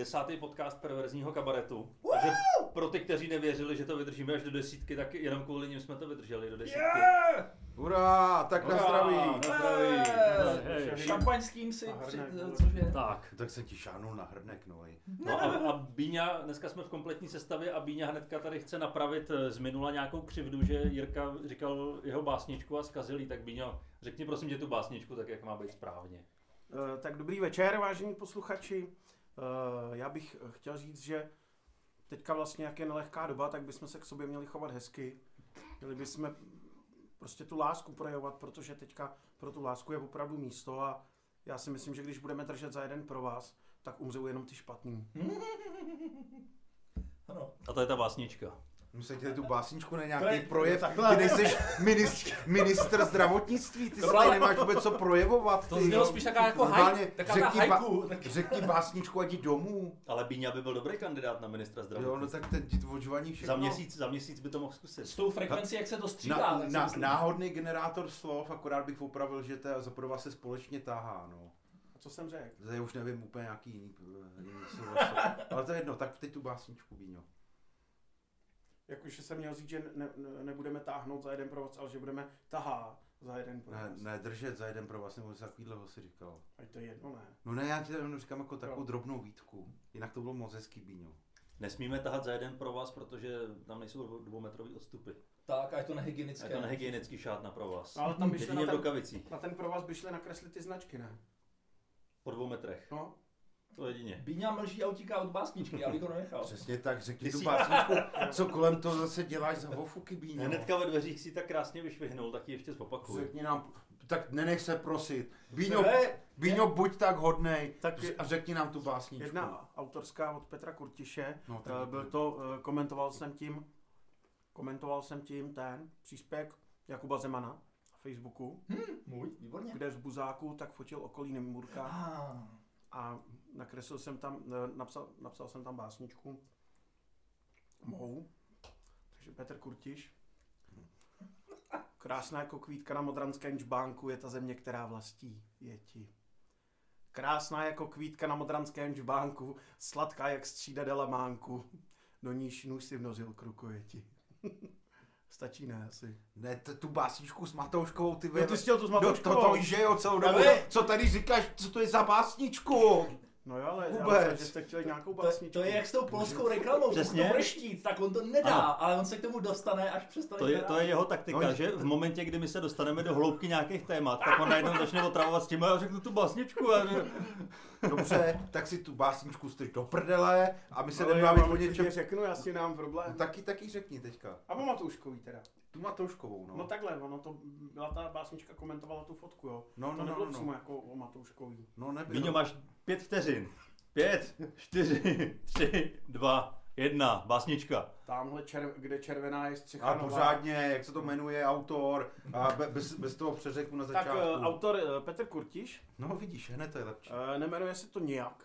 10. podcast perverzního kabaretu. Takže pro ty, kteří nevěřili, že to vydržíme až do 10, tak jenom kvůli nim jsme to vydrželi do 10. Hurá, tak na zdraví. Na zdraví. Šampaňským si cože? Tak jsem ti šáhnul na hrnek, novej. No a Bíňa, dneska jsme v kompletní sestavě a Bíňa hnedka tady chce napravit z minula nějakou křivdu, že Jirka říkal jeho básničku a zkazil jí. Tak Bíňo, řekni prosím tě tu básničku tak, jak má být správně. Tak dobrý večer, vážení posluchači. Já bych chtěl říct, že teďka vlastně, jak je nelehká doba, tak bychom se k sobě měli chovat hezky. Měli bychom prostě tu lásku projevovat, protože teďka pro tu lásku je opravdu místo a já si myslím, že když budeme držet za jeden pro vás, tak umřou jenom ty špatný. Ano. A to je ta básnička. Myslíte tu básničku na nějaký projev? Ty nejseš ministr zdravotnictví, ty tady nemáš vůbec co projevovat. To znělo spíš taková jako haiku. Řekni básničku a jdi domů. Ale Bíňa by byl dobrý kandidát na ministra zdravotnictví. Jo, no tak ten ti odžvaní všechno. Za měsíc by to mohl zkusit. S tou frekvencí, jak se to střídá. Náhodný generátor slov, akorát bych opravil, že to zaprvé se společně tahá, no. A co jsem řekl? Já už nevím úplně nějaký jiný slovo. Ale to je jedno, tak teď tu básničku, Bíňo. Jakože jsem měl říct, že nebudeme táhnout za jeden provaz, ale že budeme tahá za jeden provaz. Ne, držet za jeden provaz, nebo za takovýhleho si říkal. Ať to je jedno, ne? No ne, já ti to říkám jako takovou drobnou výtku. Jinak to bylo moc hezký, Bíňo. Nesmíme tahat za jeden provaz, protože tam nejsou dvoumetrový odstupy. Tak, a je to nehygienické. Je to nehygienický šát na provaz. Ale tam by šli na ten provaz by šli nakreslit ty značky, ne? Po 2 metrech. No. To jedině. Bíňa mlží a utíká od básničky, abych ho nenechal. Přesně tak, řekni tu básničku, co kolem toho zase děláš za vofuky, Bíňo. Hnedka ve dveřích si tak krásně vyšvihnul, tak ji ještě zopakuju. Řekni nám, tak nenech se prosit. Bíňo, buď tak hodnej a řekni nám tu básničku. Jedna autorská od Petra Kurtiše, no, komentoval jsem tím ten příspěvek Jakuba Zemana na Facebooku. Můj, výborně. Kde z buzáku tak fotil okolí Nymburka. A nakreslil jsem tam, napsal jsem tam básničku mou, takže Petr Kurtiš. Krásná jako kvítka na modranském džbánku je ta země, která vlastí je ti. Krásná jako kvítka na modranském džbánku, sladká jak střída delamánku, do níž nůž si vnořil krukojeti. Stačí, ne, asi. Ne, tu básničku s Matouškovou, ty ty jsi chtěl tu s Matouškovou. To že jo, celou dobu. Co tady říkáš, co to je za básničku? No jo, ale já že jste chtěli nějakou básničku. To je jak s tou polskou reklamou, přesně. To brštít, tak on to nedá, ale on se k tomu dostane, až přestane. To je jeho taktika, že v momentě, kdy my se dostaneme do hloubky nějakých témat, tak on najednou začne otravovat s tím a já řeknu tu básničku. Dobře, tak si tu básničku strč do prdele a my se jdeme bavit o něčem. Řeknu, já si nám problém. No, taky řekni teďka. A o Matouškový teda. Tu Matouškovou, no. No takhle, ono to byla ta básnička, komentovala tu fotku, jo. To nebylo přímo jako o Matouškový. No nebylo. Víňo, máš 5 vteřin. 5, 4, 3, 2, 1, básnička. Tamhle, kde červená je střecha. A pořádně, jak se to jmenuje, autor, a bez toho přeřeknu na začátku. Tak autor Petr Kurtiš. No vidíš, hned to je lepší. Nemenuje se to nijak.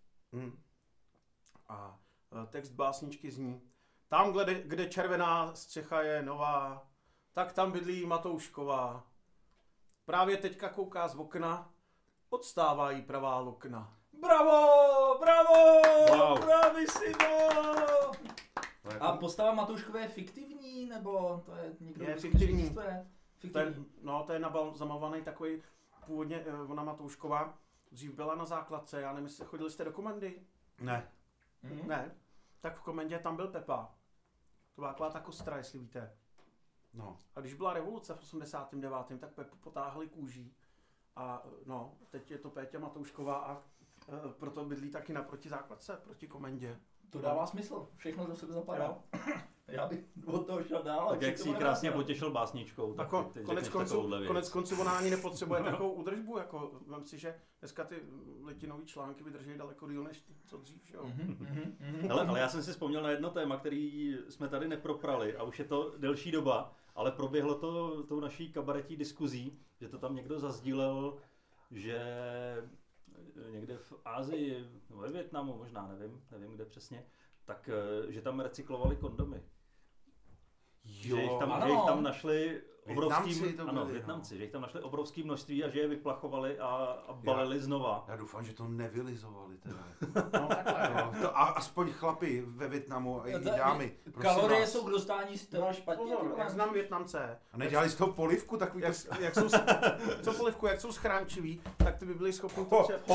A text básničky zní: Tam, kde červená střecha je nová, tak tam bydlí Matoušková. Právě teďka kouká z okna, odstává jí pravá lokna. Bravo, wow. Bravissimo! A postava Matouškové je fiktivní, nebo to je někdo? Je fiktivní. Fiktivní. To je zamalovaný takový, původně ona Matoušková dřív byla na základce, já nevím, jestli chodili jste do komendy? Ne. Ne, tak v komendě tam byl Pepa. To byla taková ta kostra, jestli víte. No. A když byla revoluce v 89., tak Pepu potáhli kůží. A no, teď je to Péťa Matoušková a proto bydlí taky naproti základce, proti komendě. To dává smysl, všechno do sebe zapadá. Já bych od toho šel dál. Tak jak si ji krásně potěšil básničkou. Tak konec konců ona ani nepotřebuje takovou údržbu, jako vem si, že dneska ty letinový články vydrží daleko díl než co dřív, že jo. Ale já jsem si vzpomněl na jedno téma, který jsme tady neproprali a už je to delší doba, ale proběhlo to tou naší kabaretí diskuzí, že to tam někdo zazdílel, že někde v Asii, ve Vietnamu možná, nevím kde přesně, tak že tam recyklovali kondomy. Že jich tam našli Vietnamci, že jich tam našli obrovské množství a že je vyplachovali a balili znova. Já doufám, že to nevylizovali teda. No takhle. To aspoň chlapi ve Vietnamu a i dámy. Kalorie jsou k dostání z toho špatně. Jak znám Vietnamce. A nedělali z toho polivku takový jak jsou schránčiví, tak ty by byli schopni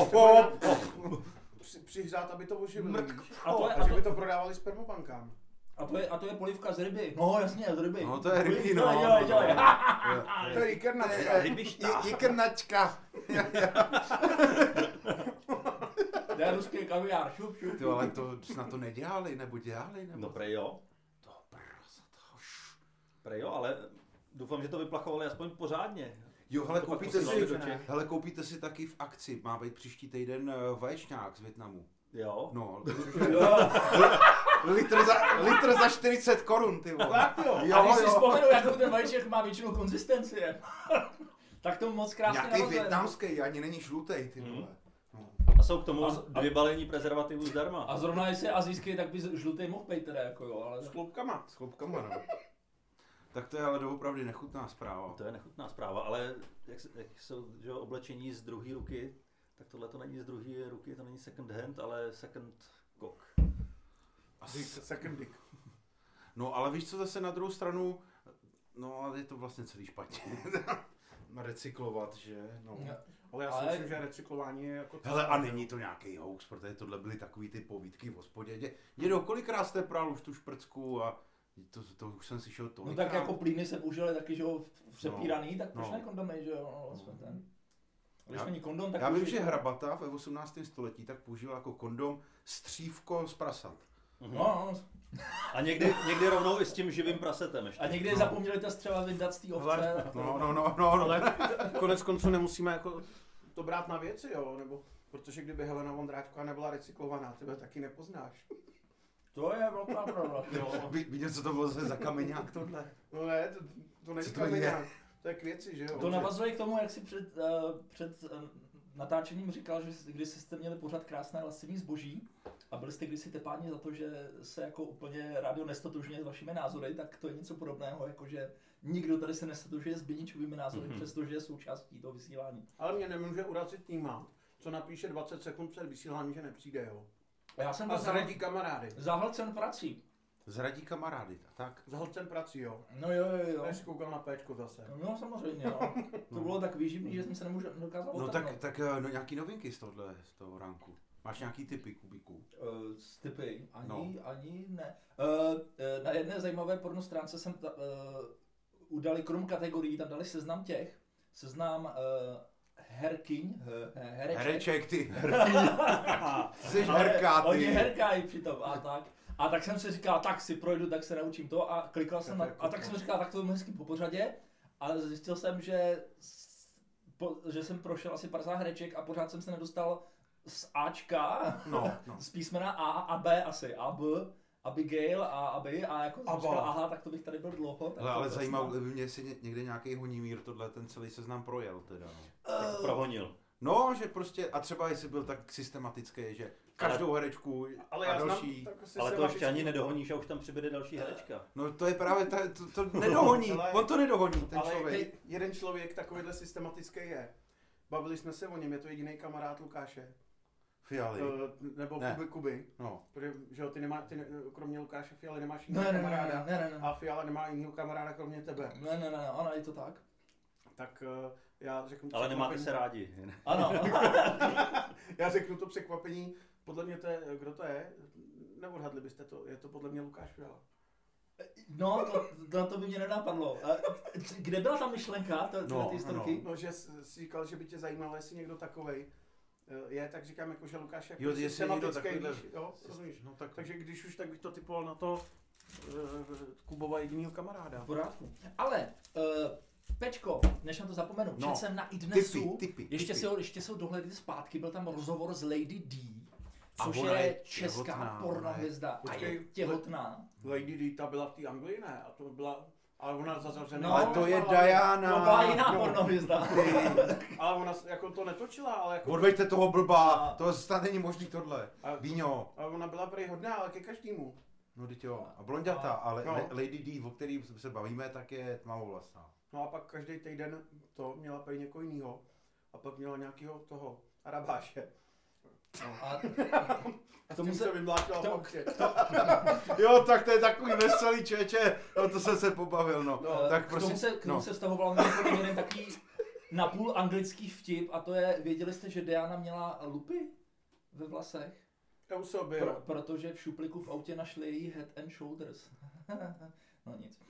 přihřát, aby to oživili. A že by to prodávali spermobankám. A to je polivka z ryby. No jasně, z ryby. No to je rybí, no. To je jikrnačka. Jikrnačka. To je ruský kaviár, šup. Ty, ale to snad to nedělali, nebo dělali, nebo? No prej jo. To prasata. Prej jo, ale doufám, že to vyplachovali aspoň pořádně. Jo, hele, koupíte si taky v akci, má být příští týden vaječňák z Vietnamu. Jo. No, litr za 40 korun, ty vole. Tak jo. A když si vzpomenu, jakou ten vaječek má většinou konzistencie, tak to moc krásně nějaký vietnamský, ani není žlutej, ty vole. No. A jsou k tomu 2 balení prezervativů zdarma. A zrovna jestli je asijský, tak by žlutej mohl být teda, jako jo, ale... S chlupkama, no. Tak to je ale doopravdy nechutná zpráva. To je nechutná zpráva, ale jak jsou že, oblečení z druhé ruky, tak tohle to není z druhé ruky, to není second hand, ale second cock. Second dick. No ale víš co, zase na druhou stranu, no ale je to vlastně celý špatně. Recyklovat, že? No. Ale já si myslím, že recyklování je jako... Hele, a není to nějaký hoax, protože tohle byly takový ty povídky v hospodě. Dědo, kolikrát jste pral už tu šprcku a to už jsem slyšel tolikrát. No tak jako plíny se používaly taky, že jo, přepíraný, tak proč ne kondomy, že jo, vlastně ten. Když není kondom, tak já vím, že Hrabata ve 18. století tak používal jako kondom střívko z prasat. No. A někdy rovnou i s tím živým prasetem ještě. A někdy zapomněli ta střeva vydat z té ovce. No. Ale konec konců nemusíme jako to brát na věci, jo, nebo protože kdyby Helena Vondráčková nebyla recyklovaná, ty taky nepoznáš. To je velká pravda. Víte, co to bylo za kamenák tohle? No ne, to není kamenák, to je k věci, že jo. To navazuje k tomu, jak si před natáčením říkal, že když jste měli pořád krásné lascivé zboží a byli jste kdysi tepáni za to, že se jako úplně rádio nestotožňuje s vašimi názory, tak to je něco podobného, jakože nikdo tady se nestotožňuje s Biničovými názory, přestože je součástí toho vysílání. Ale mě nemůže urazit týma, co napíše 20 sekund před vysíláním, že nepřijde, jo. A zradí kamarády. Zahlcen prací. Zradí kamarády, tak? Zahlcen prací, jo. No jo. Já jsi koukal na péčko zase. No samozřejmě, no. To bylo tak výživný, že jsem se dokázal odtáhnout. Tak nějaký novinky z toho ránku. Máš nějaký tipy, Kubiku? Tipy? Ani ne. Na jedné zajímavé porno stránce jsem udali krom kategorií, tam dali seznam hereček, ty. Jsi herká, ty. Oni herkají přitom a tak. A tak jsem si říkal, tak si projdu, tak se naučím to a klikal jsem a tak jsem říkal, tak to je hezky po pořadě. Ale zjistil jsem, že jsem prošel asi 50 hereček a pořád jsem se nedostal z Ačka, z písmena A B asi, A B, Abigail a Aby a jako jsem říkal, aha, tak to bych tady byl dlouho. Ale zajímalo by mě, jestli někde nějaký honimír tohle ten celý seznam projel teda. Tak prohonil. No, že prostě, a třeba jestli byl tak systematický, že každou herečku ale a další. Ale to ještě ani nedohoníš a už tam přibude další herečka. No to je právě, to nedohoní, on to nedohoní, ten člověk. Jeden člověk takovýhle systematický je. Bavili jsme se o něm, je to jediný kamarád Lukáše. Fialy. Nebo Kuby. No. Protože že ty kromě Lukáše Fialy nemáš jiného kamaráda. Ne. A Fiala nemá jiného kamaráda kromě tebe. Ne, ono je to tak. Tak já řeknu ale nemáte se rádi. Ano. Já řeknu to překvapení, podle mě to je, kdo to je? Neodhadli byste to, je to podle mě Lukáš Fiala. No, to by mě nenapadlo. Kde byla ta myšlenka, ty historky? No, že jsi říkal, že by tě zajímalo, jestli někdo takovej je, tak říkám jako, že Lukáš je systematický, jo, rozumíš? No, takže když už, tak bych to typoval na to Kubova jedinýho kamaráda. V pořádku. Ale Pečko, než na to zapomenu, četl jsem na iDnesu, ještě jsou dohledy zpátky, byl tam rozhovor s Lady D, což je česká pornohvězda a je těhotná. Lady D, ta byla v té Anglii, ne? A to byla... Ale ona zazavřená. No, ale to je Diana. To byla jiná pornohvězda. Ale ona jako to netočila, ale jako... Odveďte toho blba, to snad není možný tohle. Víňo. Ale ona byla prý hodná, ale ke každému. No teď jo, a blonďata, ale no. Lady D, o který se bavíme, tak je tmavovlasá. No a pak každý týden to měla prej někoho jinýho. A pak měla nějakého toho Arabáše. No. A tomu se vymlátila Jo, tak to je takový veselý čeče, no to jsem se pobavil, no. Tak prosím, k tomu se vztahoval jeden takový napůl anglický vtip a to je, věděli jste, že Diana měla lupy ve vlasech? U sobě, protože v šupliku v autě našli její Head and Shoulders. No nic.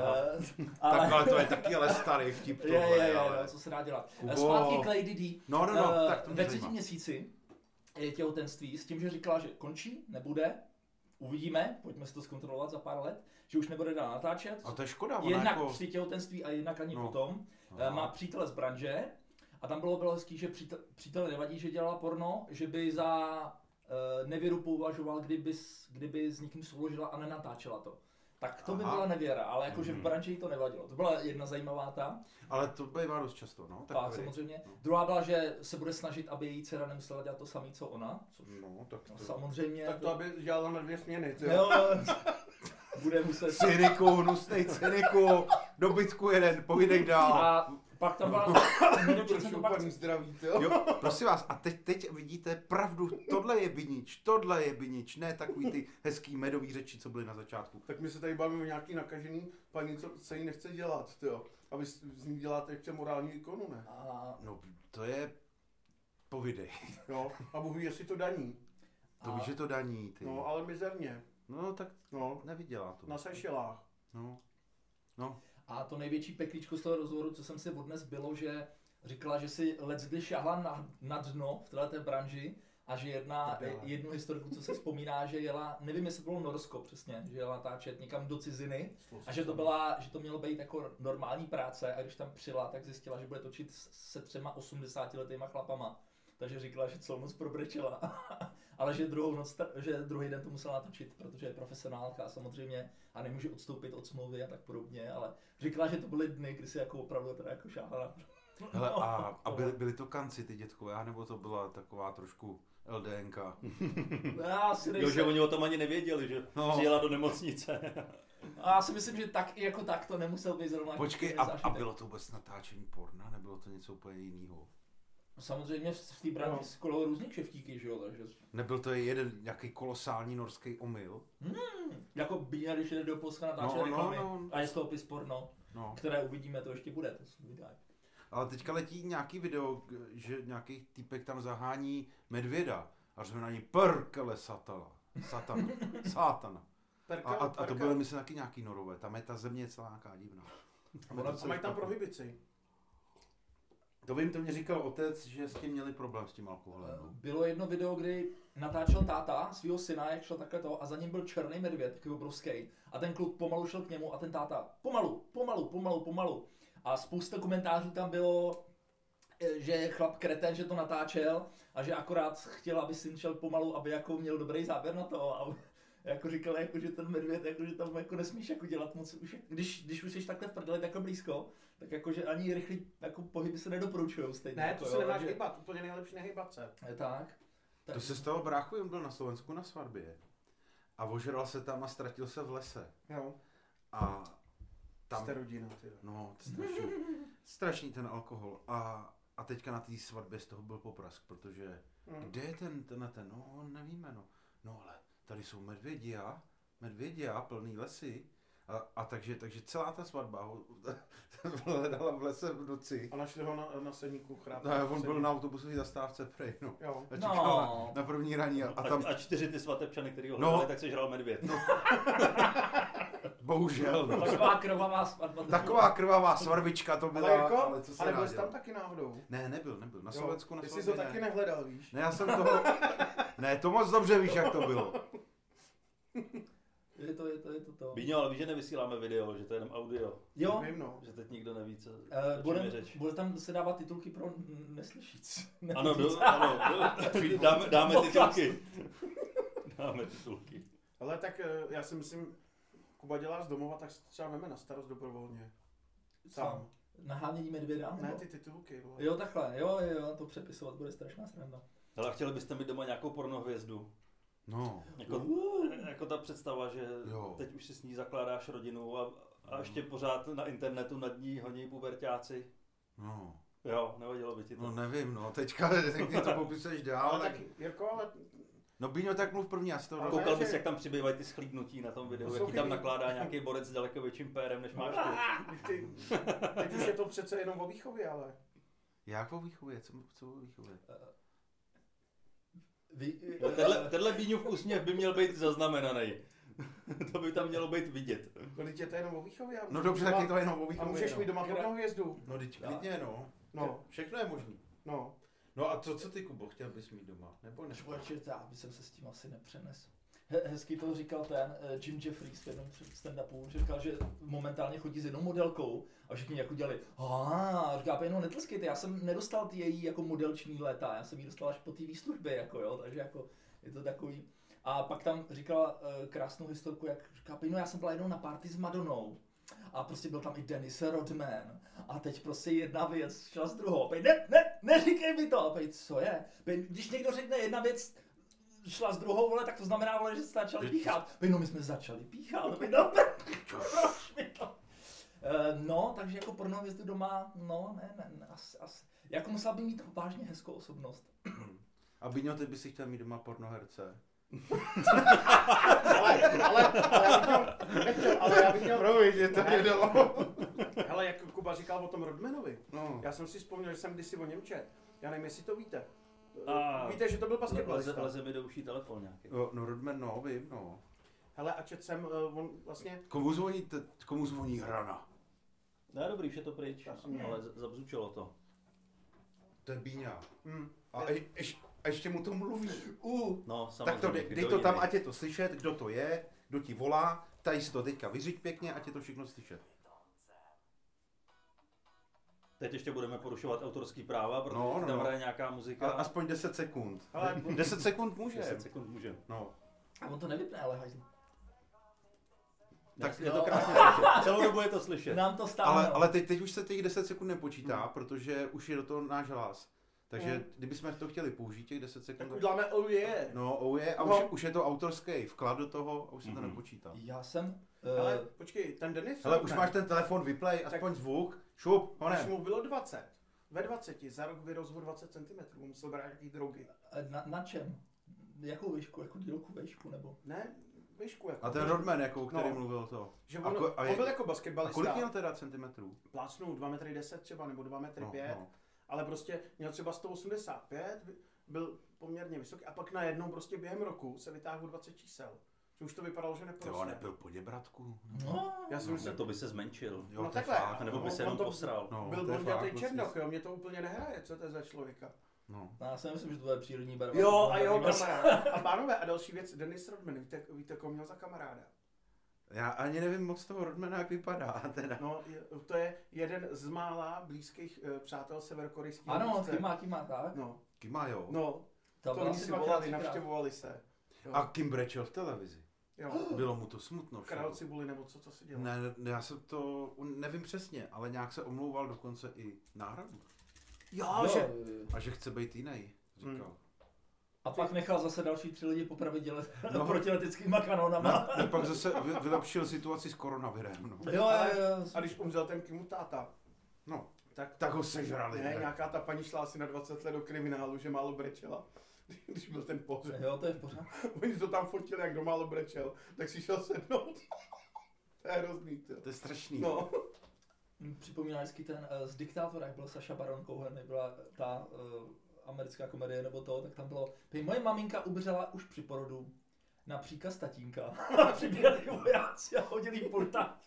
Ale to je taky ale starý vtip tohle. Jo, co se dá dělat. Zpátky k Lady D. No, tak to ve 3. měsíci je těhotenství s tím, že říkala, že končí, nebude, uvidíme, pojďme si to zkontrolovat za pár let, že už nebude dál natáčet. A to je škoda. Jednak při těhotenství a jednak ani potom. Má přítele z branže a tam bylo hezký, že přítele nevadí, že dělala porno, že by za nevěru považoval, kdyby s někým souložila a nenatáčela to. Tak to by byla nevěra, ale jakože v branži jí to nevadilo. To byla jedna zajímavá ta. Ale to bývá dost často, no. Tak samozřejmě. No. Druhá byla, že se bude snažit, aby její dcera nemusela dělat to samé, co ona. Což samozřejmě. Tak to aby dělala na 2 směny, ty jo. Bude muset. Cyniku, hnusnej cyniku, dobytku jeden, povídej dál. A pak tam byla zdraví, jo, prosím vás, a teď vidíte pravdu, tohle je binič, ne takový ty hezký medový řeči, co byly na začátku. Tak my se tady bavíme o nějaký nakažený paní, co se jí nechce dělat, jo. A vy z ní děláte ještě morální ikonu, ne? No, to je, povídej. Jo, a Bůh ví, jestli to daní. To víš, že to daní, ty. No, ale mizerně. No, tak neviděla to. Na Seychelách. No. A to největší peklíčko z toho rozhovoru, co jsem si odnes, bylo, že říkala, že si leckdy šáhla na dno v této branži a že jednu historiku, co se vzpomíná, že jela, nevím, jestli bylo Norsko přesně, že jela natáčet někam do ciziny a že to mělo být jako normální práce a když tam přijela, tak zjistila, že bude točit se 3 80letýma chlapama. Takže říkala, že celou noc probrečela, ale že druhý den to musela natočit, protože je profesionálka samozřejmě a nemůže odstoupit od smlouvy a tak podobně, ale říkala, že to byly dny, kdy si jako opravdu teda jako šáhla. Hele, a byly to kanci ty dětkové, nebo to byla taková trošku LDNK? Jo, že oni o tom ani nevěděli, že přijela do nemocnice. A já si myslím, že tak i jako tak to nemusel být zrovna. Počkej, a bylo to vůbec natáčení porna, nebylo to něco úplně jiného? Samozřejmě v té branži skolo různý kšeftíky, že jo, takže... Nebyl to jeden nějaký kolosální norský omyl? Jako Bíňa, když jde do Polska natáčet reklamy a je z toho opis porno, které uvidíme, to ještě bude, to jsou videa. Ale teďka letí nějaký video, že nějaký týpek tam zahání medvěda a řve na ní prkele satana. A to bylo myslím taky nějaký Norové, tam je ta země celá nějaká divná. A mají tam prohibici. To mě říkal otec, že s tím měli problém s tím alkoholem. No. Bylo jedno video, kdy natáčel táta svého syna, jak šel takhle to, a za ním byl černý medvěd, takový obrovský. A ten kluk pomalu šel k němu a ten táta pomalu. A spousta komentářů tam bylo, že je chlap kreten, že to natáčel a že akorát chtěl, aby syn šel pomalu, aby jako měl dobrý záběr na to. A jako říkal, jako, že ten medvěd, jako, že tam jako nesmíš jako dělat moc, když už jsi takhle v prdeli takhle blízko, tak jakože ani rychlý jako pohyby se nedoporučujou stejně. Ne, jako, to se nemáš hýbat, úplně nejlepší nehýbat se. Je tak. To se stalo bráchovi, on byl na Slovensku na svatbě a ožral se tam a ztratil se v lese. Jo. A tam... Jste rodina, ty. No, strašný ten alkohol a teďka na té svatbě z toho byl poprask, protože kde je ten, no nevíme, no ale tady jsou medvědi a plný lesy a takže celá ta svatba ho hledala v lese v noci. A našli ho na sedníku chrápu. No, on byl na autobusové zastávce prej, no. Jo. A čekal na první raní a tam... A 4 ty svatebčany, který ho hledali, tak se žral medvěd. No. Bohužel, no. Taková krvavá svatbička to byla, ale co se ale byl jsi tam taky náhodou? Ne, nebyl. Na Slovensku na svatbě. Jsi to taky nehledal, víš? Ne, já jsem toho... Ne, to moc dobře víš, jak to bylo. Je to. Bíňo, ale víš, že nevysíláme video, že to je jenom audio. Jo. Vím, no. Že teď nikdo neví, co řeč. Bude tam se dávat titulky pro neslyšíc. Ano, dáme titulky. Dáme titulky. Ale tak já si myslím, Kuba dělá z domova, tak se třeba veme na starost dobrovolně. Sám. Nahánění medvěda? Ne, ty titulky. Jo, takhle, jo, to přepisovat bude strašná sranda. Ale chtěli byste mít doma nějakou pornohvězdu? No. Jako ta představa, že Jo. teď už si s ní zakládáš rodinu a ještě pořád na internetu nad ní honí puberťáci. No. Jo, nevadilo by ti to. No nevím, no, teďka řekni, co popisuješ dál, Ale tak... tak, Jirko, ale No Bíňo, tak mluv první, já si to Ale Koukal ne, bys, že- jak tam přibývají ty schlídnutí na tom videu, jak ti Poslouchej. tam nakládá nějaký borec s daleko větším pérem, než máš ty. teď už je to přece jenom o výchově, ale... Jak o výchově? Co o výchově? Tenhle Bíňův úsměv by měl být zaznamenaný. To by tam mělo být vidět. No, teď je to jenom o výchově. A No můžeš dobře, doma- tak je to jenom o A výchově. můžeš no. mít doma pornou hvězdu. No teď klidně, no. No. Všechno je možný. No. No a co ty, Kubo, chtěl bys mít doma? Nebo ne? Člověče, já bych se s tím asi nepřenesl. Hezky to říkal ten Jim Jeffries v jednom stand-upu, říkal, že momentálně chodí s jednou modelkou a všichni jako dělali říká, no netleskejte, já jsem nedostal ty její jako modelční léta, já jsem ji dostal až po té výslužbě, jako jo, takže jako je to takový. A pak tam říkala krásnou historku, jak říká, no já jsem byla jednou na party s Madonou a prostě byl tam i Dennis Rodman a teď prostě jedna věc šla z druhou, neříkej mi to, a co je? Když někdo řekne jedna věc, šla s druhou, vole, tak to znamená, vole, že jste začali píchat. No my jsme začali píchat, proč mi to? No, takže jako pornohvězdu doma, no, ne, asi. Jako musela by mít vážně hezkou osobnost. A Bíňo, ty bys si chtěl mít doma pornoherce? ale já bych měl... Promiň, že to nedalo. Hele, jak Kuba říkal o tom Rodmanovi, No. já jsem si vzpomněl, že jsem kdysi o něm čet. Já nevím, jestli to víte. A- Víte, že to byl basketbalista. Leze mi do uší telefon nějaký. No Rodman, no, vím, no. Hele, a čet jsem, on vlastně... Komu zvoní hrana? Ne, dobrý, už je to pryč, Já jsem- ale zabzučilo to. To je Bíňa. Hm. A ještě mu to mluví. No, Tak samozřejmě. to kdo dej to tam, jiný? ať je to slyšet, kdo to je, kdo ti volá, tady si to teďka vyřiď pěkně, ať je to všechno slyšet. Teď ještě budeme porušovat autorský práva, protože No, no, tam no. hraje nějaká muzika. Aspoň 10 sekund. Ale 10 sekund může. 10 sekund může. No. A on to nevypne, ale hajzl. Tak Jo. je to krásně slyšet. Celou dobu je to slyšet. Nám to stále. Ale teď už se těch 10 sekund nepočítá, protože už je do toho náš hlas. Takže kdybychom to chtěli použít, těch 10 sekund. tak uděláme oh yeah. No, a No. už je to autorský vklad do toho a už se to nepočítá. Já jsem... Ale počkej, ten Denis Hele, Rodman, už máš ten telefon, vyplej, aspoň zvuk, šup, když honem. mu bylo 20, ve 20, za rok vyrostl o 20 cm, musel brát nějaký drogy. Na čem? Jakou výšku? Jako dílku výšku nebo? Ne, výšku jako. A ten Rodman, jako, o který No. mluvil to. Že A on, ko- a je- on byl jako A basketbalista. kolik měl teda centimetrů? Plácnul 2,10 m třeba, nebo 2,5 m, No. ale prostě měl třeba 185, byl poměrně vysoký a pak najednou prostě během roku se vytáhl o 20 čísel. Že už to vypadalo, že Ty neporoste. on nebyl po děbratku. No. Já si No, myslím, to by se zmenšil. Jo, no to je takhle. fakt, A nebo by no. se on jenom to- posral. No, byl to je blondětej fakt, černoch, jo, mě to úplně nehraje, co to je za člověka. No. Já si nemyslím, že to je přírodní barva. Jo, a jeho kamarád. A pánové, a další věc, Dennis Rodman, víte, koho měl za kamaráda? Já ani nevím moc toho Rodmana, jak vypadá teda. No, to je jeden z mála blízkých přátel severokorejského Ano, vůdce. Kima, tak. No, Kima, jo. no, To to byla oni asi si dvakrát, volali, třikrát. navštěvovali se. Jo. A Kim brečel v televizi. Jo. Bylo mu to smutno. Král cibuli, nebo co si dělal? Ne, já se to nevím přesně, ale nějak se omlouval dokonce i náhradu. Jo, Jo, že... jo. A že chce být jiný, říkal. A pak nechal zase další 3 lidi popravit No. protiletickýma kanónama. No, pak zase vylepšil situaci s koronavirem. No. Jo. A když umřel ten Kimu táta, No, tak tak ho sežrali. ne, nějaká ta paní šla asi na 20 let do kriminálu, že málo brečela. Když byl ten pohřeb. Jo, to je v pořádku. Oni to tam fotili, jak kdo málo brečel, tak si šel sednout. To je hrozný, to. To je strašný. No. Připomíná vždycky ten z Diktátora, jak byl Sacha Baron Cohen, byla ta americká komedie nebo to, tak tam bylo, moje maminka umřela už při porodu na příkaz tatínka. Přiběhli vojáci a hodili pultáč.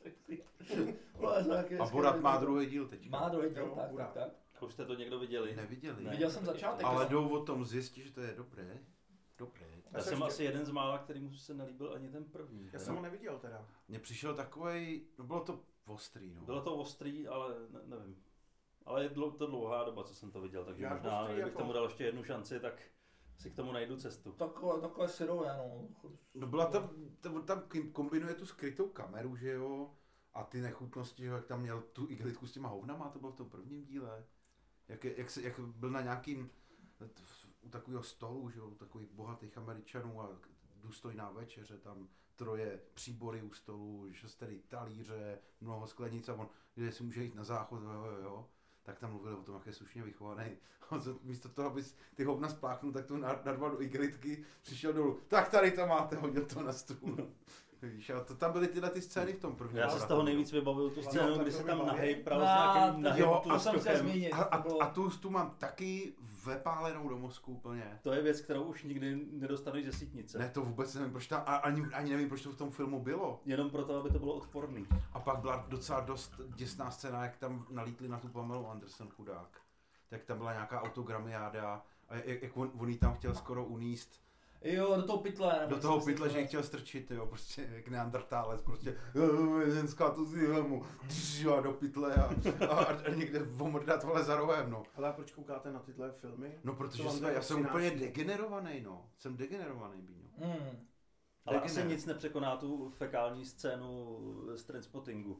A Borat má druhý díl teď. Má druhý díl, Jo, tak, Borat. tak. Už jste to někdo viděli? Neviděli. Ne. Viděl jsem začátek. Ale jo. jdou o tom zjistit, že to je dobré. Dobré. Já jsem asi jeden z mála, kterýmu se nelíbil ani ten první. Já jsem ho neviděl teda. Mně přišel takovej, no bylo to ostrý, no. Bylo to ostrý, ale nevím. Ale je to dlouhá doba, co jsem to viděl, takže Jak možná, ostrý kdybych jako? tomu dal ještě jednu šanci, tak si k tomu najdu cestu. Takové syrové, no. No byla tam kombinuje tu skrytou kameru, že jo, a ty nechutnosti, že jo, jak tam měl tu igelitku s těma hovnama, to bylo v tom prvním díle. Jak byl na nějakým, u takového stolu, že jo, u takových bohatých Američanů a důstojná večeře, tam 3 příbory u stolu, 6 talíře, mnoho sklenic a on, kde si může jít na záchod, jo. Tak tam mluvili o tom, jak je slušně vychovaný. Místo toho, abys ty hovna spláchnul, tak to narval do igelitky, přišel dolů. Tak tady to máte, hodil to na stůl. Víš, a tam byly tyhle ty scény v tom prvním. Já se z toho nejvíc vybavil tu scénu, kdy se tam nahejpral s No, nějakým nahým tlustokem. A tu mám taky vepálenou do mozku úplně. To je věc, kterou už nikdy nedostaneš ze sítnice. Ne, to vůbec nevím, proč tam, ani nevím, proč to v tom filmu bylo. Jenom proto, aby to bylo odporný. A pak byla docela dost děsná scéna, jak tam nalítli na tu Pamelu Anderson, chudák. Tak tam byla nějaká autogramiáda a jak on jí tam chtěl skoro uníst. Jo, do toho pytle. Do toho pytle, že ji chtěl strčit, jo, prostě jak neandertálec, prostě ženská to si vemu, a do pytle a někde omrdat vole za rohem, no. Ale proč koukáte na tyhle filmy? No, protože já jsem úplně degenerovaný, no. Jsem degenerovaný, Bíňo. Ale asi nic nepřekoná tu fekální scénu z Trainspottingu.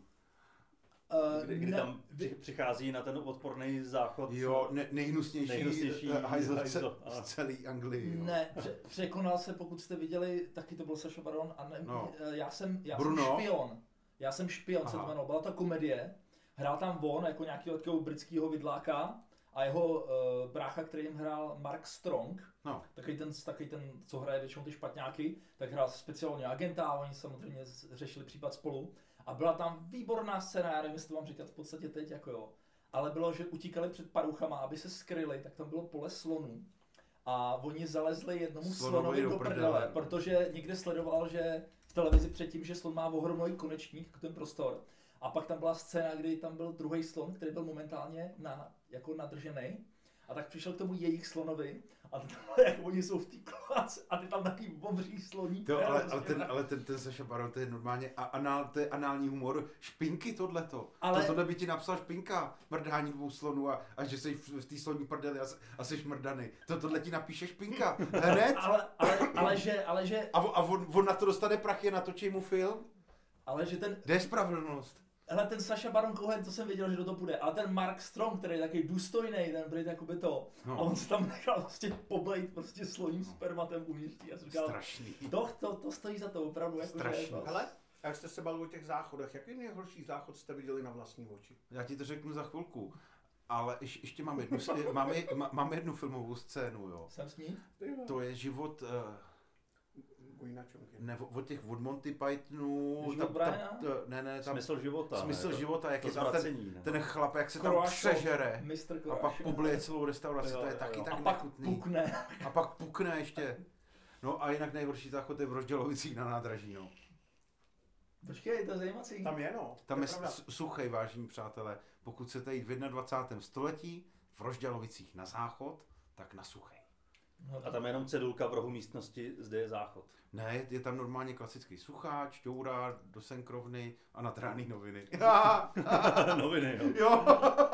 Kdy tam přichází na ten odporný záchod. Jo, nejhnusnější hajzl z celé Anglii. Jo. Ne, překonal se, pokud jste viděli, taky to byl Sacha Baron a ne, já jsem špion. Já jsem špion, se to jmenovalo. Byla to komedie, hrál tam on jako nějakého takového britského vidláka a jeho brácha, který jim hrál Mark Strong, takový ten, co hraje většinou ty špatňáky, tak hrál speciálně agenta a oni samozřejmě řešili případ spolu. A byla tam výborná scéna, já nevím, jestli to mám říkat v podstatě teď, jako jo. Ale bylo, že utíkali před paruchama, aby se skryli, tak tam bylo pole slonů. A oni zalezli jednomu slonovi do prdele, protože někde sledoval, že v televizi předtím, že slon má ohromný konečník, jako ten prostor. A pak tam byla scéna, kdy tam byl druhý slon, který byl momentálně jako nadržený. A tak přišel k tomu jejich slonovi a tam, jak oni jsou v té klase a ty tam takový obří sloní. Ale ten Sacha Baron, to je normálně to je anální humor. Špinky tohleto. Tohle by ti napsal Špinka, mrdání 2 slonů a že jsi v té sloní prdeli a jsi mrdaný. Tohle ti napíše Špinka. Hned. ale že... A on na to dostane prachy, natočí mu film. Ale že ten... Kde je spravedlnost? Hele, ten Sacha Baron Cohen, to jsem věděl, že do toho půjde, ale ten Mark Strong, který je takový důstojný, ten Brit jakoby to, a on se tam nechal prostě poblejt prostě sloním spermatem uvnitř. Já jsem říkal, strašný. To stojí za to opravdu. Jako strašný. Hele, a jak jste se bavili o těch záchodech, jaký nejhorší záchod jste viděli na vlastní oči? Já ti to řeknu za chvilku. Ale ještě máme jednu filmovou scénu, jo. Jsem s ní? To je život... Ne, od Monty Pythonů... Ne, tam... Smysl života. Smysl života, jak to je tam ten chlap, jak se tam přežere. A pak poblije celou restauraci, to je taky tak nechutný. A pak pukne ještě. No a jinak nejhorší záchod je v Rozdělovicích na nádraží, no. Počkej, to je zajímací. Tam je, no. Tam je suchej, vážení přátelé. Pokud chcete jít v 21. století v Rozdělovicích na záchod, tak na suchej. A tam je jenom cedulka v rohu místnosti, zde je záchod. Ne, je tam normálně klasický sucháč, ťoura, do senkrovny a natráný noviny. Noviny, jo.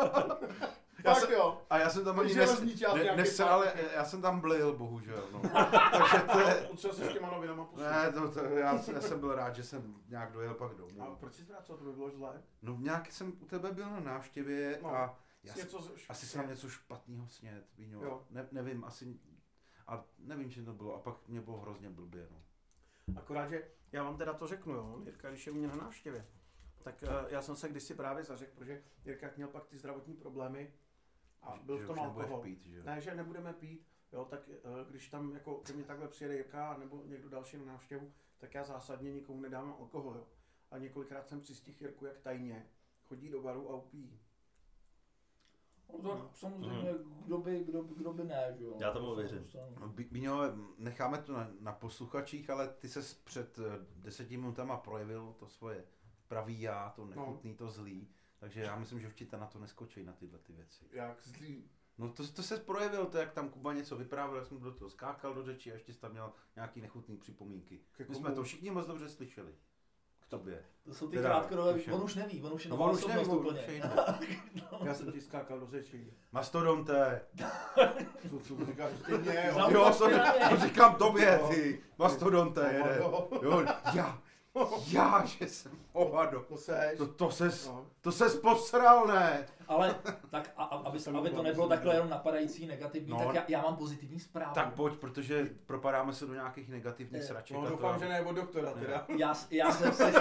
Jo. A já jsem tam ani ale já jsem tam blil, bohužel. No. Takže to je... Co se s těma novinama poslouchal? Ne, já jsem byl rád, že jsem nějak dojel pak domů. A proč jsi vracel, to by bylo zlé? No nějak jsem u tebe byl na návštěvě a asi jsem něco špatného snět, Víňo. Nevím, asi... A nevím, čím to bylo, a pak mě bylo hrozně blbě, no. Akorát, že já vám teda to řeknu, jo, Jirka, když je u mě na návštěvě, tak já jsem se kdysi právě zařekl, protože Jirka měl pak ty zdravotní problémy a byl v tom alkohol. Ne, že nebudeme pít, jo, tak když tam jako ke mně takhle přijede Jirka nebo někdo další na návštěvu, tak já zásadně nikomu nedám alkohol, jo. A několikrát jsem přistihl Jirku, jak tajně chodí do baru a upíjí. No, tak samozřejmě, kdo by ne, že jo. Já tomu věřím. Bíňo, necháme to na posluchačích, ale ty ses před 10 minutama projevil to svoje pravý já, to nechutný, to zlý. Takže já myslím, že určitě na to neskočí, na tyhle ty věci. Jak zlý? No to se projevil, to jak tam Kuba něco vyprávěl, jak jsem do toho skákal do řeči a ještě jsi tam měl nějaký nechutný připomínky. My jsme to všichni moc dobře slyšeli. K tobě. To jsou ty krátkodobé, on už neví, on už je nová osobnost úplně. Já jsem ti skákal do řeči. Mastodonte. Co říkáš ty mě, jo, to říkám tobě, ty. Mastodonte, jede. Jo, Já, že jsem hovado. To seš. To ses posral, ne? Ale tak, aby to nebylo takhle jenom napadající, negativní, No, tak já mám pozitivní zprávu. Tak pojď, protože propadáme se do nějakých negativních sraček. No, doufám, že ne od doktora teda. Já jsem si...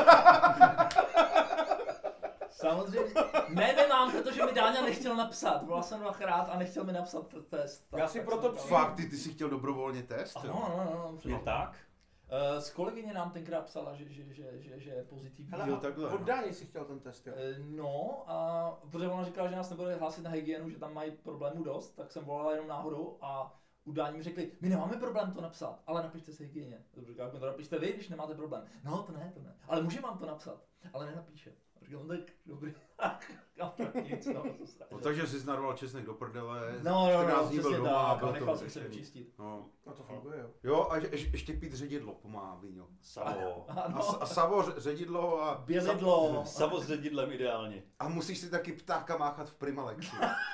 Samozřejmě. Ne, nemám, protože mi Dáňa nechtěl napsat. Volal jsem 2krát a nechtěl mi napsat test. Já si proto Fakt, ty jsi chtěl dobrovolně test? No. Je tak? Z kolegyně nám tenkrát psala, že je pozitivní. Hele, Jo, takhle, od no. Dáni si chtěl ten test, jo? No, a protože ona říkala, že nás nebude hlásit na hygienu, že tam mají problémů dost, tak jsem volala jenom náhodou a u Dání mi řekli, my nemáme problém to napsat, ale napište se hygieně. Říkám, to napište vy, když nemáte problém. No, to ne. Ale může vám to napsat, ale nenapíše. Říkám, tak dobrý. Nic, No, takže jsi narval česnek do prdele, No, 14 dní byl přesně doma a tak, byl a to nechal jsem se vyřešený. vyčistit. No. No to funguje, jo. Jo, a ještě pít ředidlo pomáhá, Víňo. Savo. Ano, A savo ředidlo a... bělidlo. Savo s ředidlem ideálně. A musíš si taky ptáka máchat v Primalexu.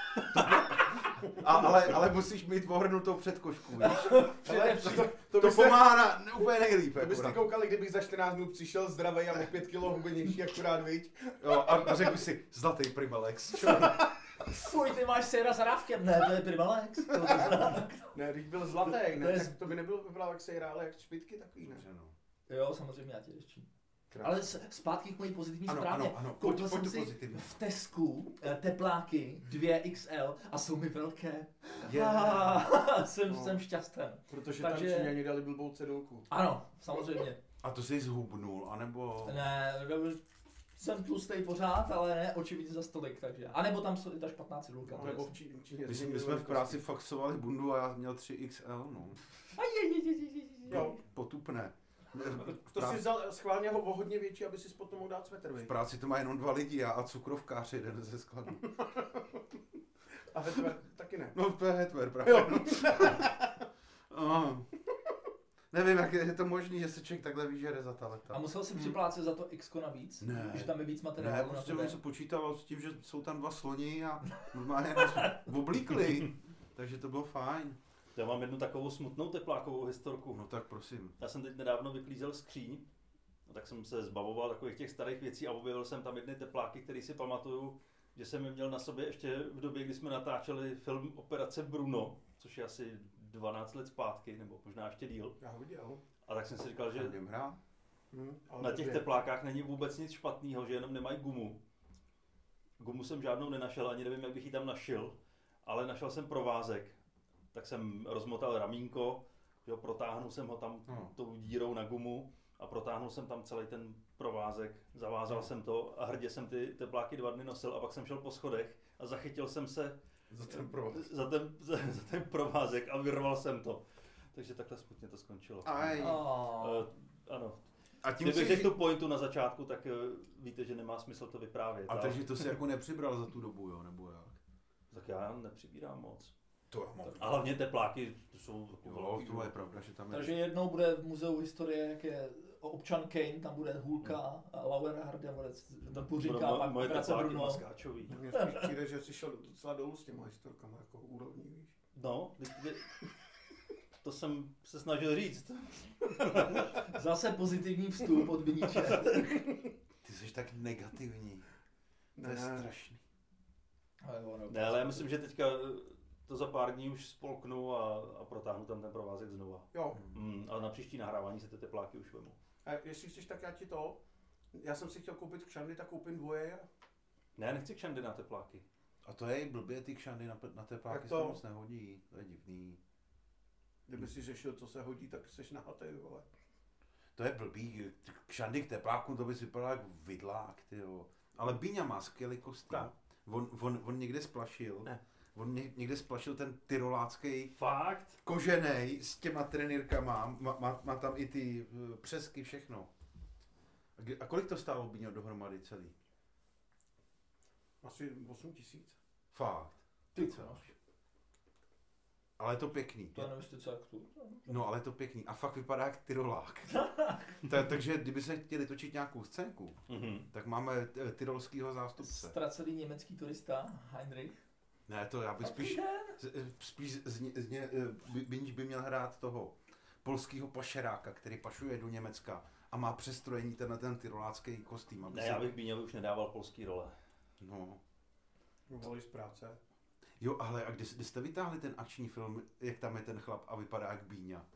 Ale musíš mít ohrnutou předkošku, víš? Hele, To byste- pomáhá úplně nejlíp. To byste akorát. koukali, kdybych za 14 dnů přišel zdravej a o 5 kilo hubenější, akorát, viď? Jo, a řekl bych si, zlatý Primalex. Fuj, ty máš sejra s rávkem. Ne, to je Primalex. Ne, když byl zlatý, To ne, je- tak to by nebylo vypadalo jak sejra, ale jak špitky takový, ne? Jo, samozřejmě, já tě ještě. Ale zpátky k mojí pozitivní Ano, zprávě. ano, Koupil pojď jsem si pozitivně. v Tesku tepláky 2XL a jsou mi velké. Jsem šťasten. Protože Takže- tam Číňani dali blbou cedulku. Ano, samozřejmě. A to jsi zhubnul, anebo... Ne, jsem tlustej pořád, ale ne očividně za stolik, takže. A nebo tam jsou i ta špatná cedulka. No, nebo v Číně. My jsme v práci faxovali bundu a já měl 3XL, no. Jo. Potupné. To si vzal schválně ho o hodně větší, aby si potom mohl dát svetr, V viď? práci to má jenom 2 lidi, já a cukrovkář jeden ze skladu. A hetver taky ne. No to je hetver právě. Jo. Nevím, jak je to možné, že se člověk takhle vyžere za ta leta. A musel jsem připlácet za to X navíc? Ne. Že tam je víc materiálu Ne, na prostě tebe? on se počítalo s tím, že jsou tam 2 sloni a normálně nás oblíkli. Takže to bylo fajn. Já mám jednu takovou smutnou teplákovou historku. No tak prosím. Já jsem teď nedávno vyklízel skříň, no tak jsem se zbavoval takových těch starých věcí a objevil jsem tam jedny tepláky, které si pamatuju, že jsem je měl na sobě ještě v době, kdy jsme natáčeli film Operace Bruno, což je asi 12 let zpátky, nebo možná ještě díl. Já ho viděl. A tak jsem si říkal, že Jdem hrát? Ale na těch dobře. teplákách není vůbec nic špatného, že jenom nemají gumu. Gumu jsem žádnou nenašel, ani nevím, jak bych ji tam našel, ale našel jsem provázek. Tak jsem rozmotal ramínko, jo, protáhnul jsem ho tam tou dírou na gumu a protáhnul jsem tam celý ten provázek, zavázal jsem to a hrdě jsem ty tepláky 2 dny nosil a pak jsem šel po schodech a zachytil jsem se Za ten provaz. za ten provázek a vyrval jsem to. Takže takhle smutně to skončilo. Aj. Ano. A tím Kdybych si... řekl tu pointu na začátku, tak víte, že nemá smysl to vyprávět. A takže to si jako nepřibral za tu dobu, jo, nebo jak? Tak já nepřibírám moc. To já mám. A hlavně tepláky to jsou Jo, velký, to je pravda, že tam je... Takže jednou bude v muzeu historie, jak je občan Kane, tam bude Hulka, Lauerhard, bude Puřinka, pak moje Operace tepláky Bruno. maskáčový. Mně spíš přijde, že jsi šel docela dolů s těma historkama, jako úrovní, víš. No, to jsem se snažil říct. Zase pozitivní vstup od Viníče. Ty jsi tak negativní. To je Ne. strašný. Ne, ale já myslím, že teďka to za pár dní už spolknu a protáhnu tam ten provázek znova. Jo. Ale na příští nahrávání se ty tepláky už vemu. A jestli chceš, tak já ti to. Já jsem si chtěl koupit kšandy, tak koupím dvoje. Ne, nechci kšandy na tepláky. A to je blbě, ty kšandy na tepláky Tak se to- moc nehodí. To je divný. Kdyby si řešil, co se hodí, tak jsi nahatej, vole. To je blbý. Kšandy k tepláku, to bys vypadal jako vidlák, tyjo. Ale Bíňa má skvělý kostým. Tak. On někde splašil. Ne. On někde splašil ten tyrolácký Fakt? koženej s těma trenýrkama. Má tam i ty přesky, všechno. A kolik to stálo, Bíňo, dohromady celý? Asi 8 000. Fakt. Ty co? Ale je to pěkný. To je investice jak tu. No, ale je to pěkný. A fakt vypadá jak tyrolák. Takže kdyby se chtěli točit nějakou scénku, tak máme tyrolského zástupce. Ztracený německý turista Heinrich. Ne, to já bych spíš Binč by měl hrát toho polského pašeráka, který pašuje do Německa a má přestrojení ten tyrolácký kostým. Ne, já bych Bíňovi už nedával polský role. No. Volí z práce. Jo, ale a kdy jste vytáhli ten akční film, jak tam je ten chlap a vypadá jak Bíňa?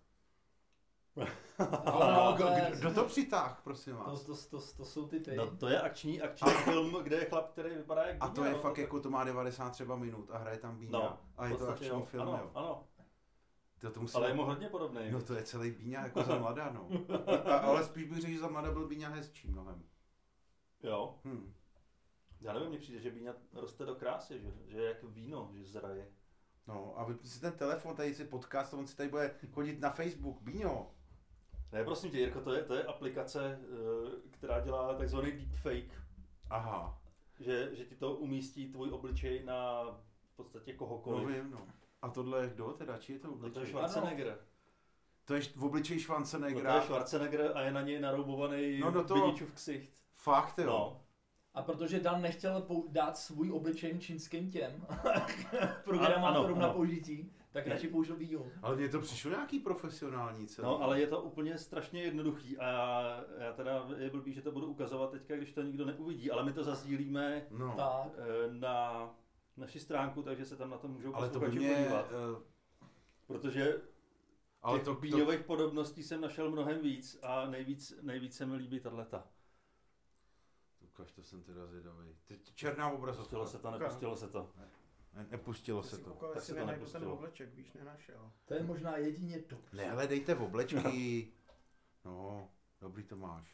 Kdo to přitáh, prosím vás? To jsou ty. No to je akční film, kde je chlap, který vypadá jak Bíňa. A to je fakt jako, to má 90 třeba minut a hraje tam Bíňa. No, a je to akční film, ano, jo. Ano. To musí... Ale je mu hodně podobný. No to je celý Bíňa jako za mladá, no. Ale spíš bych řekl, že za mladá byl Bíňa hezčí mnohem. Jo. Já nevím, mně přijde, že Bíňa roste do krásy, že je jak víno, že zraje. No a vypni si ten telefon, tady si podcast, on si tady bude chodit na Facebook. Bíňo. Ne, prosím tě, Jirko, to je aplikace, která dělá takzvaný deepfake. Aha. Že ti to umístí tvůj obličej na v podstatě kohokoliv. No vím, no. A tohle je kdo teda? Či je to obličej? No to je Schwarzenegger. To je v obličeji Schwarzeneggera. No to je Schwarzenegger a je na něj naroubovaný Biničův ksicht. Fakt, jo. No. A protože Dan nechtěl dát svůj obličej čínským těm programátorům na použití, tak radši použil Bíňu. Ale mně to přišlo nějaký profesionální celý. No, ale je to úplně strašně jednoduchý a já teda je blbý, že to budu ukazovat teďka, když to nikdo neuvidí, ale my to zazdílíme na naši stránku, takže se tam na to můžou posluchači podívat. Protože těch Bíňových podobností jsem našel mnohem víc a nejvíc se mi líbí tato. Ukaž, to jsem teda zvědavý. Černá obrazovka. Nepustilo se to. Nepustilo se to. Tak si nenajdu ten obleček, víš, nenašel. To je možná jedině to. Nehledejte v oblečky. No, dobrý to máš.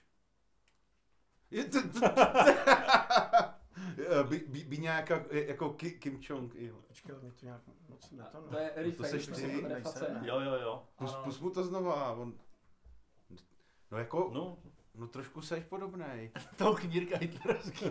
Bíňa jako Kim Jong-il. Počkej, mě to nějak moc netanuje. To je reface. Jo. Pust mu to znova. No jako... No trošku seš podobnej. Toho knírka hitlerovský.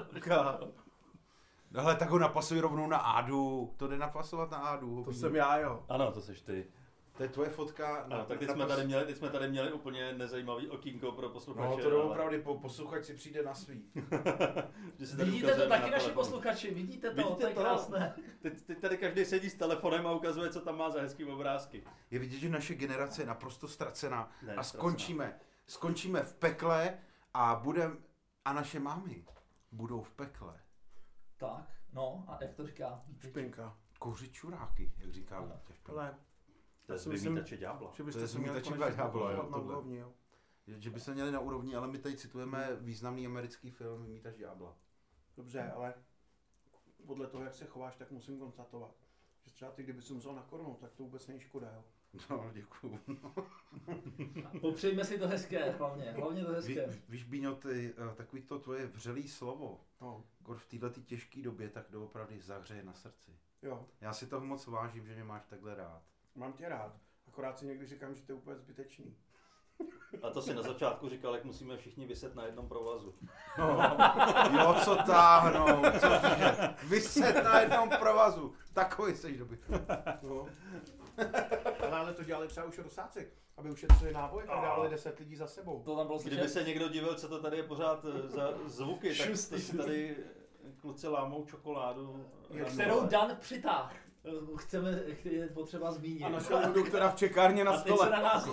No ale tak ho napasuj rovnou na Ádu. To jde napasovat na Ádu. To jsem já, jo. Ano, to seš ty. To je tvoje fotka. Ano, tak teď jsme tady měli úplně nezajímavý okýnko pro posluchače. No to doopravdy, posluchač si přijde na svý. Vidíte to taky naši posluchači, vidíte to je krásné. Teď tady každý sedí s telefonem a ukazuje, co tam má za hezký obrázky. Je vidět, že naše generace je naprosto ztracená a skončíme v pekle a naše mámy budou v pekle. Tak, no a jak to říká? Špinka. Kouřit čuráky, jak říká Vítěz. Ale to je vymítače ďábla. Že byste se měli na úrovni, jo. Že by se měli na úrovni, ale my tady citujeme významný americký film Vymítač ďábla. Dobře, ale podle toho, jak se chováš, tak musím konstatovat, že třeba ty, kdyby jsem vzal na korunu, tak to vůbec není škoda, jo. No, děkuju. Popřejme si to hezké, hlavně to hezké. Víš, Bíňo, takový to tvoje vřelý slovo, v této těžké době, tak doopravdy zahřeje na srdci. Jo. Já si toho moc vážím, že mě máš takhle rád. Mám tě rád, akorát si někdy říkám, že to je úplně zbytečný. A to si na začátku říkal, jak musíme všichni viset na jednom provazu. No. Jo, co táhnou, viset na jednom provazu. Takový seš dobytý. No. Ale to dělali třeba už Rusáci, aby ušetřili náboj a dávali 10 lidí za sebou. To tam bylo slyšet? Kdyby se někdo divil, co to tady je pořád za zvuky, tak to si tady kluci lámou čokoládu. Kterou Dan přitáhl. Je potřeba zmínit. A našel doktora v čekárně na stole. A teď se na nás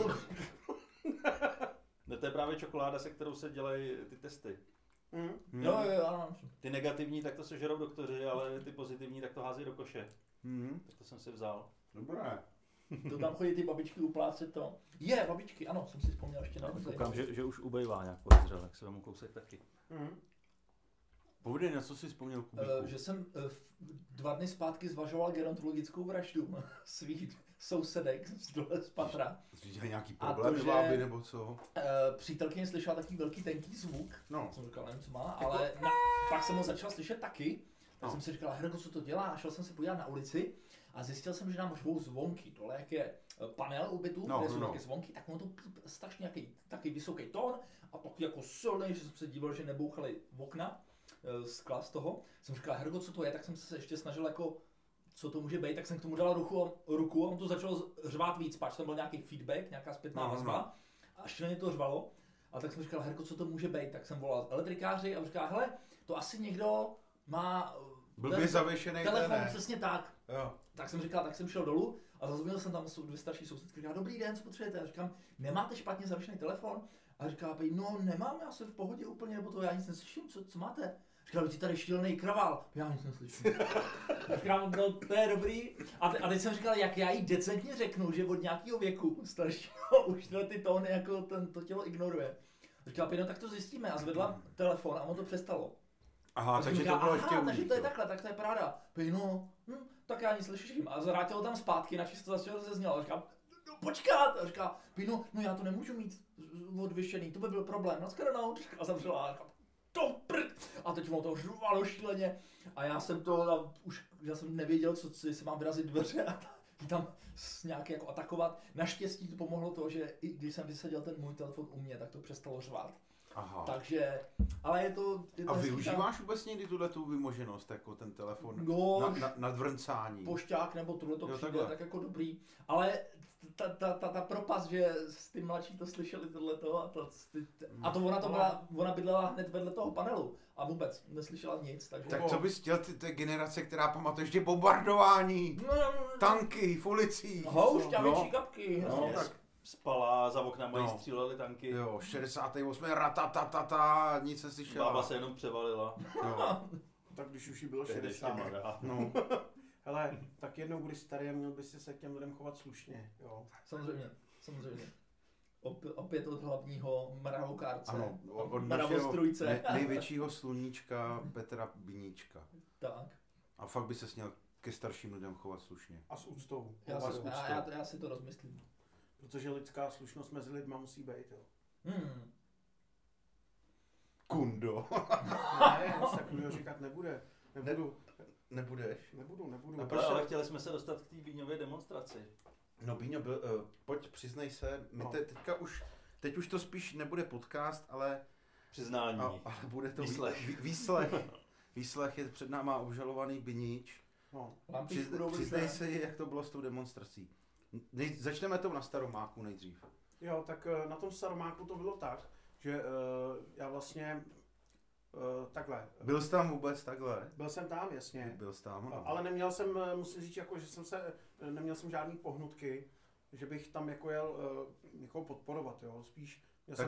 No to je právě čokoláda, se kterou se dělají ty testy. Jo, ano. Ty negativní, tak to sežerou doktoři, ale ty pozitivní, tak to hází do koše. Tak to jsem si vzal. Dobré. To tam chodí ty babičky uplácet to. Babičky, ano, jsem si vzpomněl ještě na to. Koukám, že už ubejvá nějak podezřel, tak se vemu kousek taky. Povídej, na co jsi vzpomněl, Kubíku? Že jsem 2 dny zpátky zvažoval gerontologickou vraždu svých sousedek z patra. Dělají nějaký problém váby nebo co? Přítelkyně slyšela takový velký tenký zvuk, jsem říkal, nevím co má, jako ale pak jsem ho začal slyšet taky. Tak jsem si říkal, Herko, co to dělá? A šel jsem se podívat na ulici a zjistil jsem, že nám řvou zvonky. Dole jak je panel u bytu, kde jsou taky zvonky, tak ono to strašně takový vysoký tón a taky jako silný, že jsem se díval, že nebouchaly v okna. Skla z toho. Jsem říkal, Hergo, co to je? Tak jsem se ještě snažil jako, co to může být, tak jsem k tomu dal ruku a on to začalo řvát víc, pač tam byl nějaký feedback, nějaká zpětná vazba a šíleně to řvalo. A tak jsem říkal, Herko, co to může být? Tak jsem volal elektrikáři a říkal, hele, to asi někdo má blbě zavěšený telefon, přesně tak. Jo. Tak jsem říkal, tak jsem šel dolů a zazvonil jsem tam 2 starší sousedky, říkal, dobrý den, co potřebujete? A říkám, nemáte špatně zavěšený telefon? A říká, no nemám, já jsem v pohodě úplně, nebo to já nic neslyším, co máte? Říkal, ti tady šílený kravál. Já nic neslyším. Říkám, no to je dobrý. A teď jsem říkal, jak já jí decentně řeknu, že od nějakého věku staršího už ty tóny jako to tělo ignoruje. Říkal, no tak to zjistíme. A zvedla telefon a ono to přestalo. Aha, takže to bylo ještě takže to je takhle, tak to je pravda. No, tak já nic slyším. A zvrátilo tam zpátky, načež to začalo zaznělo. A říkám, no počkat. A říká, no já to nemůžu mít odvyšený, to by byl problém. Naschledanou. A zavřela. A říkám, to prd! A teď mu to řvalo šíleně a já jsem nevěděl, jestli mám vyrazit dveře a tam nějak jako atakovat. Naštěstí to pomohlo to, že i když jsem vysadil ten můj telefon u mě, tak to přestalo řvát. Aha. Takže, ale je to a využíváš vůbec někdy tu vymoženost, jako ten telefon na dvrncání? Pošťák nebo tohleto přijde, tak jako dobrý. Ale ta propast, že ty mladší to slyšeli tohleto a ona bydlela hned vedle toho panelu a vůbec neslyšela nic. Takže tak co bys chtěl ty generace, která pamatuje ještě bombardování, tanky v ulicích. Houšťavěčí kapky. Tak spala, za oknama jí střílely tanky. Jo, 68. ratatatata, nic neslyšela. Bába se jenom převalila. Tak když už jí bylo 60. No. Hele, tak jednou budeš starý a měl bys se k těm lidem chovat slušně, jo? Samozřejmě. Opět od hlavního mravokárce. Ano, od našeho největšího sluníčka Petra Biníčka. Tak. A fakt by se směl ke starším lidem chovat slušně. A s úctou. Já si to rozmyslím. Protože lidská slušnost mezi lidma musí být, jo. Kundo. Ne, nic takového říkat nebude. Nebudeš? Nebudu. Ale chtěli jsme se dostat k té Bíňově demonstraci. No Bíňo, pojď, přiznej se, my teď už to spíš nebude podcast, ale přiznání. Ale bude to výslech. Výslech je před náma obžalovaný Biníč. No. Přiznej se, jak to bylo s tou demonstrací. Začneme tou na Staromáku nejdřív. Jo, tak na tom Staromáku to bylo tak, že já vlastně takhle. Byl jsi tam vůbec takhle? Byl jsem tam, jasně. Byl jsi tam, no. Ale neměl jsem, musím říct, jako, že neměl jsem žádný pohnutky, že bych tam jako jel někoho podporovat, jo, spíš.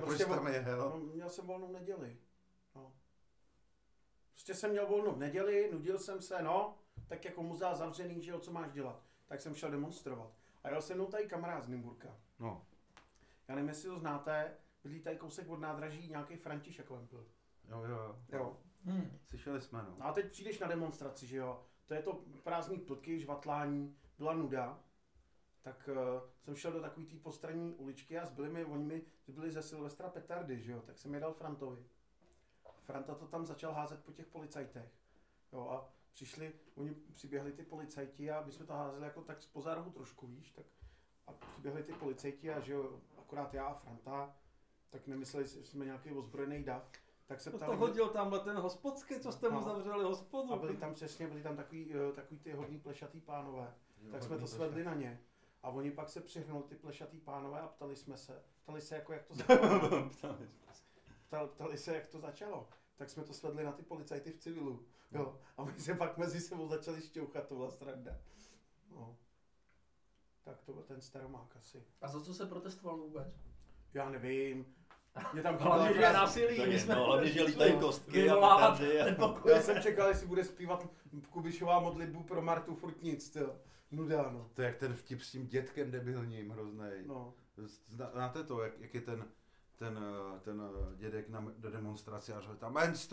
Měl jsem volnou neděli, no. Prostě jsem měl volnou v neděli, nudil jsem se, tak jako muzea zavřený, že jo, co máš dělat. Tak jsem šel demonstrovat. A jel se mnou tady kamarád z Nymburka. No. Já nevím, jestli to znáte, bydlí tady kousek od nádraží nějaký František Lempl. Jo. Slyšeli jsme, no. A teď přijdeš na demonstraci, že jo. To je to prázdný plky, žvatlání, byla nuda. Tak jsem šel do takový té postranní uličky a oni byli ze Silvestra petardy, že jo. Tak jsem je dal Frantovi. Franta to tam začal házet po těch policajtech. Jo, a přiběhli ty policajti a my jsme to házeli jako tak z pozárhu trošku, víš, tak a přiběhli ty policajti a že jo, akorát já a Franta, tak nemysleli, že jsme nějaký ozbrojený dav. Tak se ptali, to hodil tamhle ten hospodský, co jste mu zavřeli hospodu. A byli tam takový ty hodný plešatý pánové, tak jsme to svedli na ně. A oni pak se přihnuli ty plešatý pánové a ptali se jako jak to začalo. Ptali se jak to začalo. Tak jsme to svedli na ty policajty v civilu. Jo. A my se pak mezi sebou začali šťouchat, to byla sranda. No. Tak to byl ten Staromák asi. A za co se protestoval vůbec? Já nevím. Mě tam hlavně, že je násilí. Hlavně, že lítají kostky a petardy. Já jsem čekal, jestli bude zpívat Kubišová modlitbu pro Martu furt nic, nuda, no. To je jak ten vtip s tím dětkem debilním, hroznej. No. Znáte to, jak je ten dědek do demonstrace a říká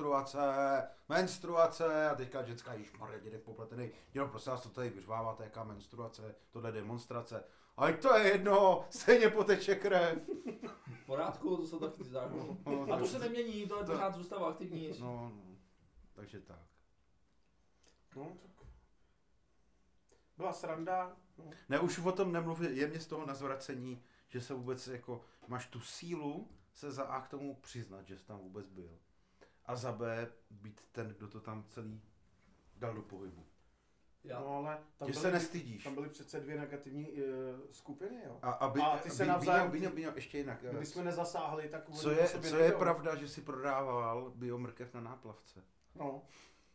menstruace a teďka ženská, ježmarja, dědek popletený, prosím vás, to tady vyřváváte, jaká menstruace, tohle demonstrace. Ale to je jedno, stejně poteče krev. V pořádku, to se taky zároveň. A to se nemění, to je pořád zůstává aktivní. No, takže tak. No, tak. Byla sranda. No. Ne, už o tom nemluvím, je mě z toho na zvracení, že se vůbec jako, máš tu sílu se za A k tomu přiznat, že jsi tam vůbec byl. A za B být ten, kdo to tam celý dal do pohybu. No, ale že se nestydíš. Tam byly přece 2 negativní skupiny, jo. A ty se navzájem... ještě jinak. Kdyby jsme nezasáhli, tak... Co je pravda, že si prodával biomrkev na náplavce? No.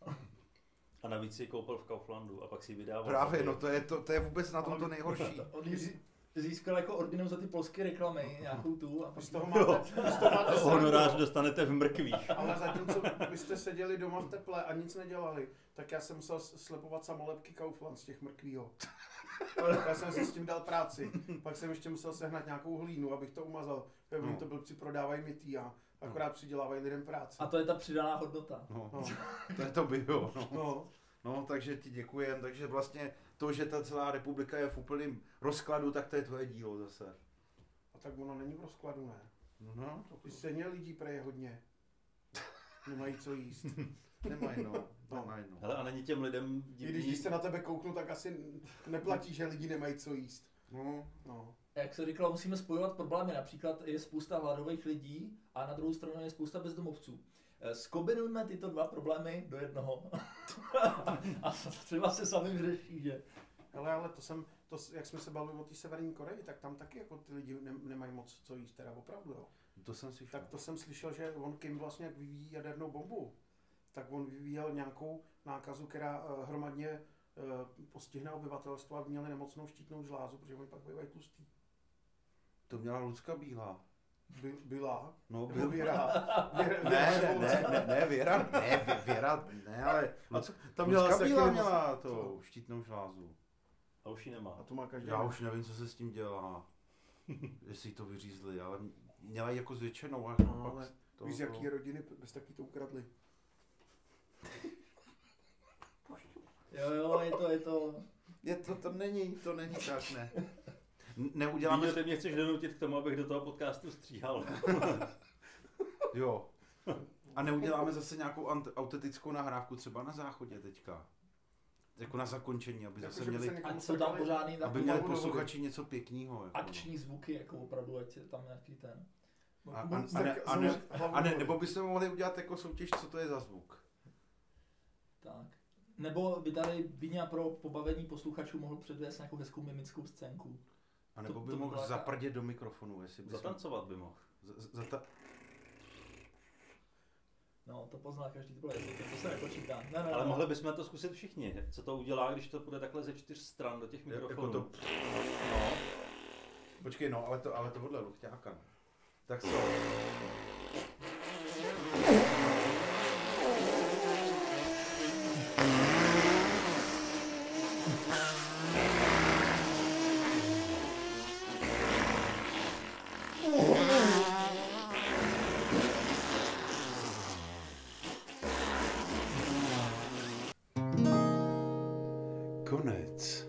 A navíc si ji koupil v Kauflandu a pak si ji vydával. Právě, no to je vůbec na tom to nejhorší. získal jako ordinu za ty polské reklamy, nějakou tu. A Z toho máte Honorář dostanete v mrkvích. Ale zatímco byste seděli doma v teple a nic nedělali, tak já jsem musel slepovat samolepky Kaufland z těch mrkvího. Já jsem si s tím dal práci. Pak jsem ještě musel sehnat nějakou hlínu, abych to umazal. Oni to blbci prodávají mytý a akorát přidělávají lidem práci. A to je ta přidaná hodnota. No. To je to bio. No. No, takže ti děkujem. Takže vlastně to, že ta celá republika je v úplném rozkladu, tak to je tvoje dílo zase. A tak ono není v rozkladu, ne? No, Ty stejně lidí prej hodně. Nemají co jíst. nemají no. Hele, a není těm lidem I když se na tebe kouknu, tak asi neplatí, že lidi nemají co jíst. No. Jak se říkalo, musíme spojovat problémy. Například je spousta hladových lidí a na druhou stranu je spousta bezdomovců. Zkombinujme tyto dva problémy do jednoho. A třeba se sami vyřeší, že? Ale jak jsme se bavili o té Severní Koreji, tak tam taky jako ty lidi nemají moc co jíst, teda opravdu, jo. To jsem slyšel. Tak to jsem slyšel, že on Kim vlastně jak vyvíjí jadernou bombu, tak on vyvíjel nějakou nákazu, která hromadně postihne obyvatelstvo a měli nemocnou štítnou žlázu, protože oni pak bývají tlustý. To měla Lucka Bílá. Byla? No, Nebo Věra? Věra, ne, ale Tam měla Lucka Bílá taky měla to štítnou žlázu. A už ji nemá. A to má každý. Já už nevím, co se s tím dělá. Jestli to vyřízli, ale měla ji jako zvětšenou. No, ale víš, z jaký rodiny bez taky to ukradli. Jo, je to. To není tak, ne. Neuděláme... Ty mě chceš donutit k tomu, abych do toho podcastu stříhal. Jo. A neuděláme zase nějakou autentickou nahrávku třeba na záchodě teďka. Jako na zakončení, aby zase měli... Ať jsou tam pořádný aby měli posluchači něco pěkného. Jako akční zvuky, jako opravdu, ať je tam nějaký ten... Nebo byste mohli udělat jako soutěž, co to je za zvuk. Tak. Nebo by tady Bíňa pro pobavení posluchačů mohl předvést nějakou hezkou mimickou scénku. A nebo by mohl zaprdět do mikrofonu, jestli by zatancovat by mohl. No, to pozná každý, to se nepočítá. Ne, ale mohli bychom to zkusit všichni. Co to udělá, když to půjde takhle ze 4 stran do těch mikrofonů? Jako to... No. Počkej, no, ale tohle luchťáka. Tak co? Konec.